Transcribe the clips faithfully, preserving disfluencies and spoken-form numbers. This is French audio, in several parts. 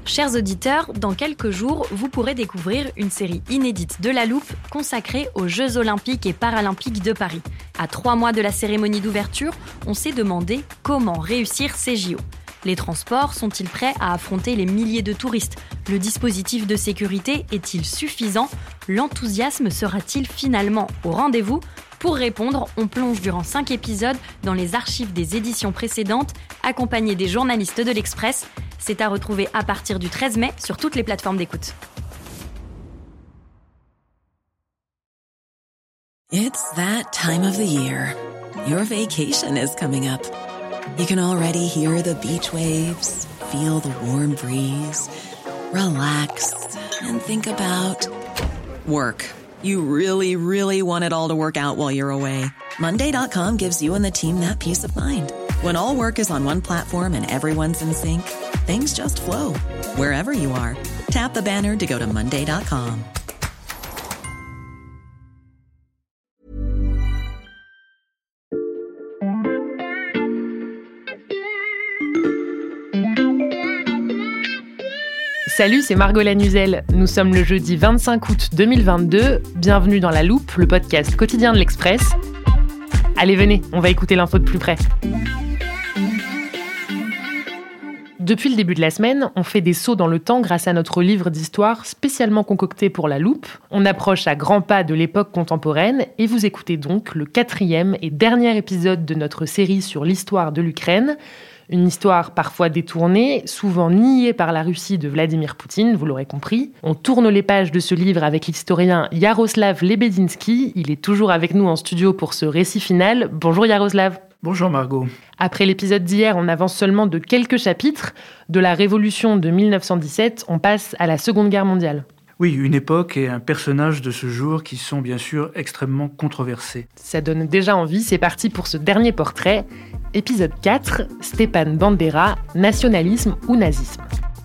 Chers auditeurs, dans quelques jours, vous pourrez découvrir une série inédite de La Loupe consacrée aux Jeux Olympiques et Paralympiques de Paris. À trois mois de la cérémonie d'ouverture, on s'est demandé comment réussir ces J O. Les transports sont-ils prêts à affronter les milliers de touristes ? Le dispositif de sécurité est-il suffisant ? L'enthousiasme sera-t-il finalement au rendez-vous ? Pour répondre, on plonge durant cinq épisodes dans les archives des éditions précédentes, accompagnés des journalistes de l'Express. C'est à retrouver à partir du treize mai sur toutes les plateformes d'écoute. It's that time of the year. Your vacation is coming up. You can already hear the beach waves, feel the warm breeze, relax, and think about work. You really, really want it all to work out while you're away. Monday dot com gives you and the team that peace of mind. When all work is on one platform and everyone's in sync, things just flow. Wherever you are, tap the banner to go to Monday dot com. Salut, c'est Margot Lanuzel. Nous sommes le jeudi vingt-cinq août deux mille vingt-deux. Bienvenue dans La Loupe, le podcast quotidien de l'Express. Allez, venez, on va écouter l'info de plus près. Depuis le début de la semaine, on fait des sauts dans le temps grâce à notre livre d'histoire spécialement concocté pour La Loupe. On approche à grands pas de l'époque contemporaine et vous écoutez donc le quatrième et dernier épisode de notre série sur l'histoire de l'Ukraine. Une histoire parfois détournée, souvent niée par la Russie de Vladimir Poutine, vous l'aurez compris. On tourne les pages de ce livre avec l'historien Yaroslav Lebedinsky. Il est toujours avec nous en studio pour ce récit final. Bonjour Yaroslav. Bonjour Margot. Après l'épisode d'hier, on avance seulement de quelques chapitres. De la Révolution de dix-neuf cent dix-sept, on passe à la Seconde Guerre mondiale. Oui, une époque et un personnage de ce jour qui sont bien sûr extrêmement controversés. Ça donne déjà envie, c'est parti pour ce dernier portrait. Épisode quatre, Stepan Bandera, nationalisme ou nazisme.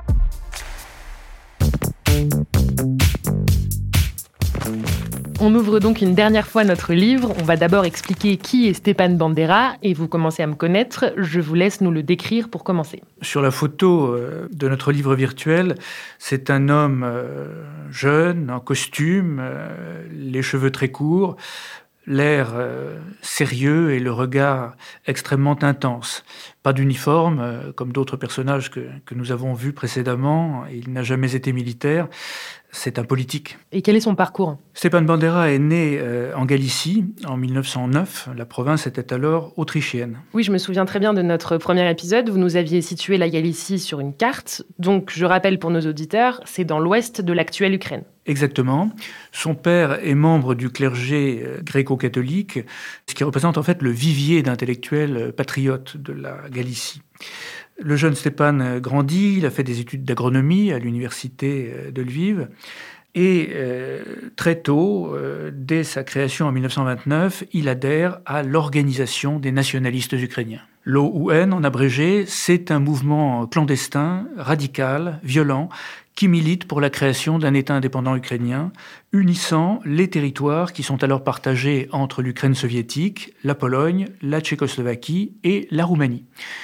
On ouvre donc une dernière fois notre livre. On va d'abord expliquer qui est Stepan Bandera et vous commencez à me connaître. Je vous laisse nous le décrire pour commencer. Sur la photo de notre livre virtuel, c'est un homme jeune, en costume, les cheveux très courts, l'air euh, sérieux et le regard extrêmement intense. Pas d'uniforme, euh, comme d'autres personnages que, que nous avons vus précédemment. Il n'a jamais été militaire. C'est un politique. Et quel est son parcours ? Stepan Bandera est né euh, en Galicie en mille neuf cent neuf. La province était alors autrichienne. Oui, je me souviens très bien de notre premier épisode. Vous nous aviez situé la Galicie sur une carte. Donc, je rappelle pour nos auditeurs, c'est dans l'ouest de l'actuelle Ukraine. Exactement. Son père est membre du clergé gréco-catholique, ce qui représente en fait le vivier d'intellectuels patriotes de la Galicie. Le jeune Stepan grandit, il a fait des études d'agronomie à l'université de Lviv. Et euh, très tôt, euh, dès sa création en mille neuf cent vingt-neuf, il adhère à l'Organisation des nationalistes ukrainiens. L'O U N, en abrégé, c'est un mouvement clandestin, radical, violent, qui milite pour la création d'un État indépendant ukrainien, unissant les territoires qui sont alors partagés entre l'Ukraine soviétique, la Pologne, la Tchécoslovaquie et la Roumanie.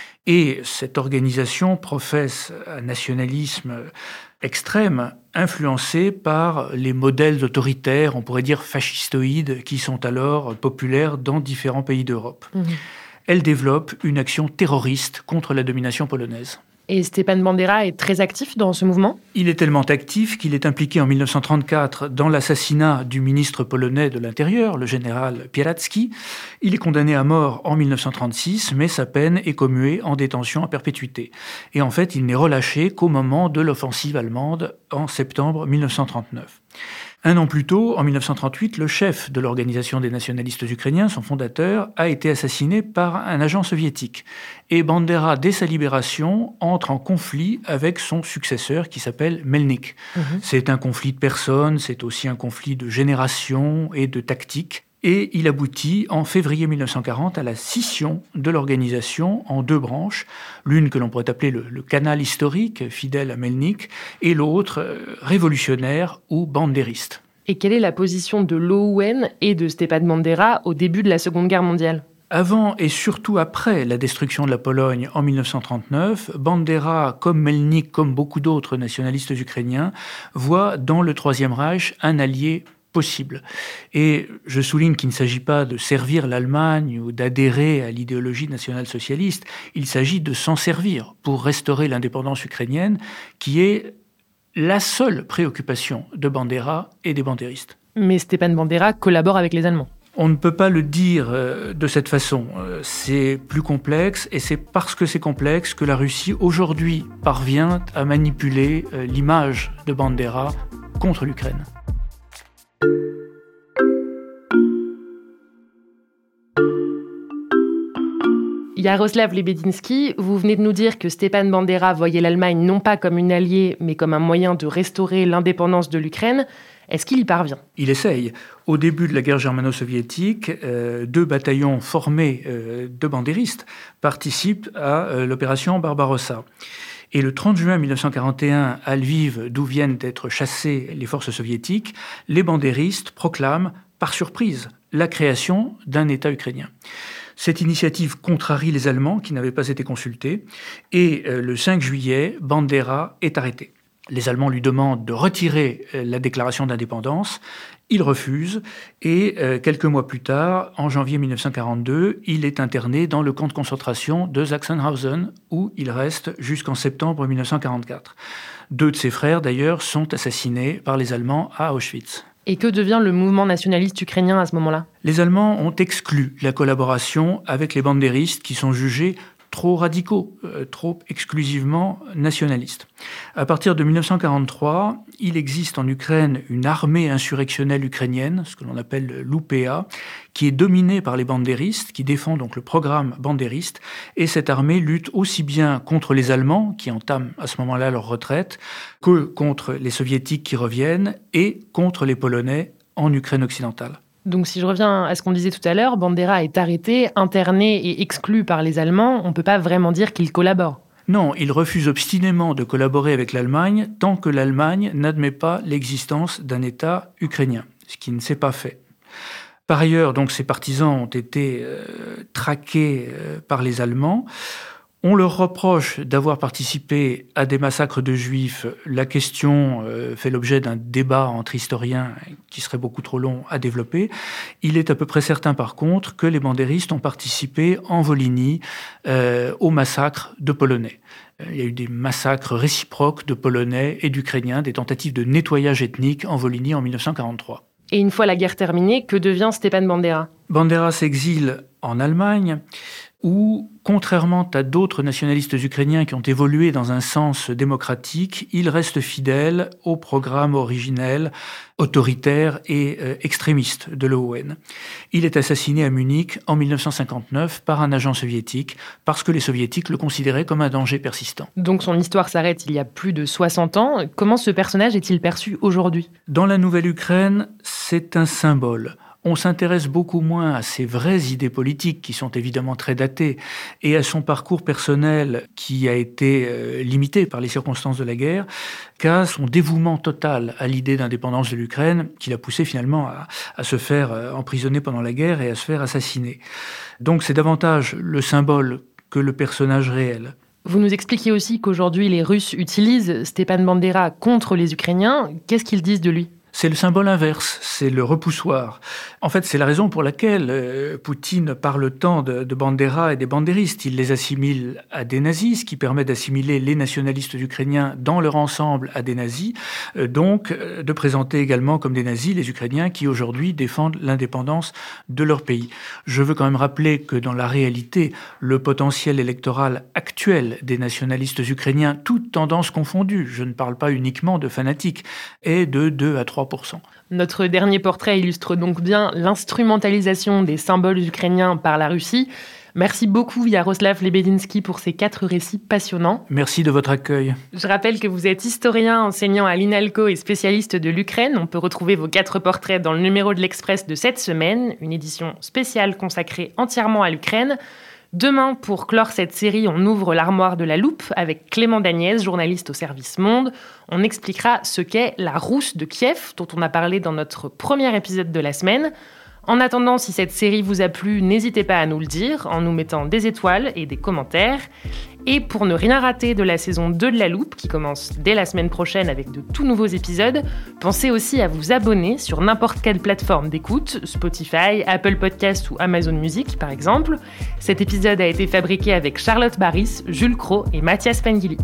Et cette organisation professe un nationalisme extrême, influencé par les modèles autoritaires, on pourrait dire fascistoïdes, qui sont alors populaires dans différents pays d'Europe. Mmh. Elle développe une action terroriste contre la domination polonaise. Et Stepan Bandera est très actif dans ce mouvement ? Il est tellement actif qu'il est impliqué en mille neuf cent trente-quatre dans l'assassinat du ministre polonais de l'Intérieur, le général Pieracki. Il est condamné à mort en mille neuf cent trente-six, mais sa peine est commuée en détention à perpétuité. Et en fait, il n'est relâché qu'au moment de l'offensive allemande en septembre mille neuf cent trente-neuf. Un an plus tôt, en mille neuf cent trente-huit, le chef de l'Organisation des nationalistes ukrainiens, son fondateur, a été assassiné par un agent soviétique. Et Bandera, dès sa libération, entre en conflit avec son successeur qui s'appelle Melnik. Mmh. C'est un conflit de personnes, c'est aussi un conflit de génération et de tactique. Et il aboutit en février mille neuf cent quarante à la scission de l'organisation en deux branches, l'une que l'on pourrait appeler le, le canal historique, fidèle à Melnik, et l'autre euh, révolutionnaire ou bandériste. Et quelle est la position de l'O U N et de Stepan Bandera au début de la Seconde Guerre mondiale ? Avant et surtout après la destruction de la Pologne en mille neuf cent trente-neuf, Bandera, comme Melnik, comme beaucoup d'autres nationalistes ukrainiens, voit dans le Troisième Reich un allié possible. Et je souligne qu'il ne s'agit pas de servir l'Allemagne ou d'adhérer à l'idéologie nationale-socialiste, il s'agit de s'en servir pour restaurer l'indépendance ukrainienne, qui est la seule préoccupation de Bandera et des bandéristes. Mais Stepan Bandera collabore avec les Allemands. On ne peut pas le dire de cette façon. C'est plus complexe et c'est parce que c'est complexe que la Russie aujourd'hui parvient à manipuler l'image de Bandera contre l'Ukraine. Yaroslav Lebedinsky, vous venez de nous dire que Stepan Bandera voyait l'Allemagne non pas comme une alliée, mais comme un moyen de restaurer l'indépendance de l'Ukraine. Est-ce qu'il y parvient ? Il essaye. Au début de la guerre germano-soviétique, euh, deux bataillons formés euh, de bandéristes participent à euh, l'opération Barbarossa. Et le trente juin mille neuf cent quarante et un, à Lviv, d'où viennent d'être chassées les forces soviétiques, les bandéristes proclament, par surprise, la création d'un État ukrainien. Cette initiative contrarie les Allemands, qui n'avaient pas été consultés, et euh, le cinq juillet, Bandera est arrêté. Les Allemands lui demandent de retirer euh, la déclaration d'indépendance. Il refuse et euh, quelques mois plus tard, en janvier mille neuf cent quarante-deux, il est interné dans le camp de concentration de Sachsenhausen où il reste jusqu'en septembre mille neuf cent quarante-quatre. Deux de ses frères, d'ailleurs, sont assassinés par les Allemands à Auschwitz. Et que devient le mouvement nationaliste ukrainien à ce moment-là ? Les Allemands ont exclu la collaboration avec les bandéristes qui sont jugés trop radicaux, euh, trop exclusivement nationalistes. À partir de mille neuf cent quarante-trois, il existe en Ukraine une armée insurrectionnelle ukrainienne, ce que l'on appelle l'U P A, qui est dominée par les bandéristes, qui défend donc le programme bandériste, et cette armée lutte aussi bien contre les Allemands, qui entament à ce moment-là leur retraite, que contre les Soviétiques qui reviennent, et contre les Polonais en Ukraine occidentale. Donc si je reviens à ce qu'on disait tout à l'heure, Bandera est arrêté, interné et exclu par les Allemands. On ne peut pas vraiment dire qu'il collabore. Non, il refuse obstinément de collaborer avec l'Allemagne tant que l'Allemagne n'admet pas l'existence d'un État ukrainien, ce qui ne s'est pas fait. Par ailleurs, donc, ses partisans ont été euh, traqués euh, par les Allemands. On leur reproche d'avoir participé à des massacres de Juifs. La question euh, fait l'objet d'un débat entre historiens qui serait beaucoup trop long à développer. Il est à peu près certain, par contre, que les bandéristes ont participé en Volhynie euh, au massacre de Polonais. Il y a eu des massacres réciproques de Polonais et d'Ukrainiens, des tentatives de nettoyage ethnique en Volhynie en mille neuf cent quarante-trois. Et une fois la guerre terminée, que devient Stepan Bandera ? Bandera s'exile en Allemagne, où, contrairement à d'autres nationalistes ukrainiens qui ont évolué dans un sens démocratique, il reste fidèle au programme originel, autoritaire et euh, extrémiste de l'O N. Il est assassiné à Munich en mille neuf cent cinquante-neuf par un agent soviétique, parce que les soviétiques le considéraient comme un danger persistant. Donc son histoire s'arrête il y a plus de soixante ans. Comment ce personnage est-il perçu aujourd'hui ? Dans la Nouvelle-Ukraine, c'est un symbole. On s'intéresse beaucoup moins à ses vraies idées politiques, qui sont évidemment très datées, et à son parcours personnel, qui a été euh, limité par les circonstances de la guerre, qu'à son dévouement total à l'idée d'indépendance de l'Ukraine, qui l'a poussé finalement à, à se faire euh, emprisonner pendant la guerre et à se faire assassiner. Donc c'est davantage le symbole que le personnage réel. Vous nous expliquiez aussi qu'aujourd'hui les Russes utilisent Stepan Bandera contre les Ukrainiens. Qu'est-ce qu'ils disent de lui ? C'est le symbole inverse, c'est le repoussoir. En fait, c'est la raison pour laquelle euh, Poutine parle tant de, de Bandera et des bandéristes. Il les assimile à des nazis, ce qui permet d'assimiler les nationalistes ukrainiens dans leur ensemble à des nazis, euh, donc euh, de présenter également comme des nazis les Ukrainiens qui aujourd'hui défendent l'indépendance de leur pays. Je veux quand même rappeler que dans la réalité, le potentiel électoral actuel des nationalistes ukrainiens, toutes tendances confondues, je ne parle pas uniquement de fanatiques, est de deux à trois pour cent. Notre dernier portrait illustre donc bien l'instrumentalisation des symboles ukrainiens par la Russie. Merci beaucoup Yaroslav Lebedinsky pour ces quatre récits passionnants. Merci de votre accueil. Je rappelle que vous êtes historien, enseignant à l'INALCO et spécialiste de l'Ukraine. On peut retrouver vos quatre portraits dans le numéro de l'Express de cette semaine, une édition spéciale consacrée entièrement à l'Ukraine. Demain, pour clore cette série, on ouvre l'armoire de la loupe avec Clément Dagnès, journaliste au service Monde. On expliquera ce qu'est la Rousse de Kiev, dont on a parlé dans notre premier épisode de la semaine. En attendant, si cette série vous a plu, n'hésitez pas à nous le dire en nous mettant des étoiles et des commentaires. Et pour ne rien rater de la saison deux de La Loupe, qui commence dès la semaine prochaine avec de tout nouveaux épisodes, pensez aussi à vous abonner sur n'importe quelle plateforme d'écoute, Spotify, Apple Podcasts ou Amazon Music par exemple. Cet épisode a été fabriqué avec Charlotte Baris, Jules Cros et Mathias Pengili.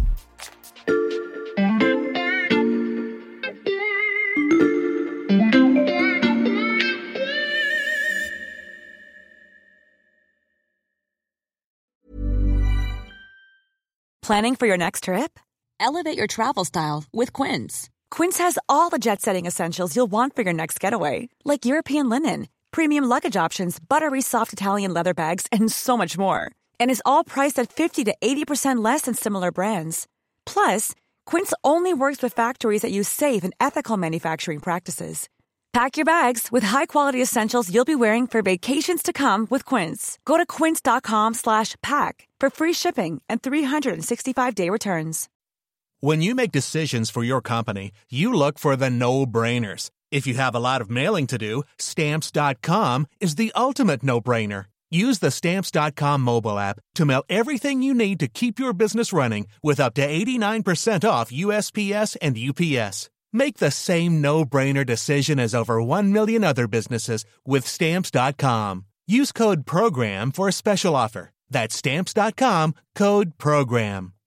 Planning for your next trip? Elevate your travel style with Quince. Quince has all the jet-setting essentials you'll want for your next getaway, like European linen, premium luggage options, buttery soft Italian leather bags, and so much more. And is all priced at fifty to eighty percent less than similar brands. Plus, Quince only works with factories that use safe and ethical manufacturing practices. Pack your bags with high-quality essentials you'll be wearing for vacations to come with Quince. Go to quince.com slash pack for free shipping and three sixty-five day returns. When you make decisions for your company, you look for the no-brainers. If you have a lot of mailing to do, Stamps dot com is the ultimate no-brainer. Use the Stamps dot com mobile app to mail everything you need to keep your business running with up to eighty-nine percent off U S P S and U P S. Make the same no-brainer decision as over one million other businesses with Stamps dot com. Use code PROGRAM for a special offer. That's Stamps dot com, code PROGRAM.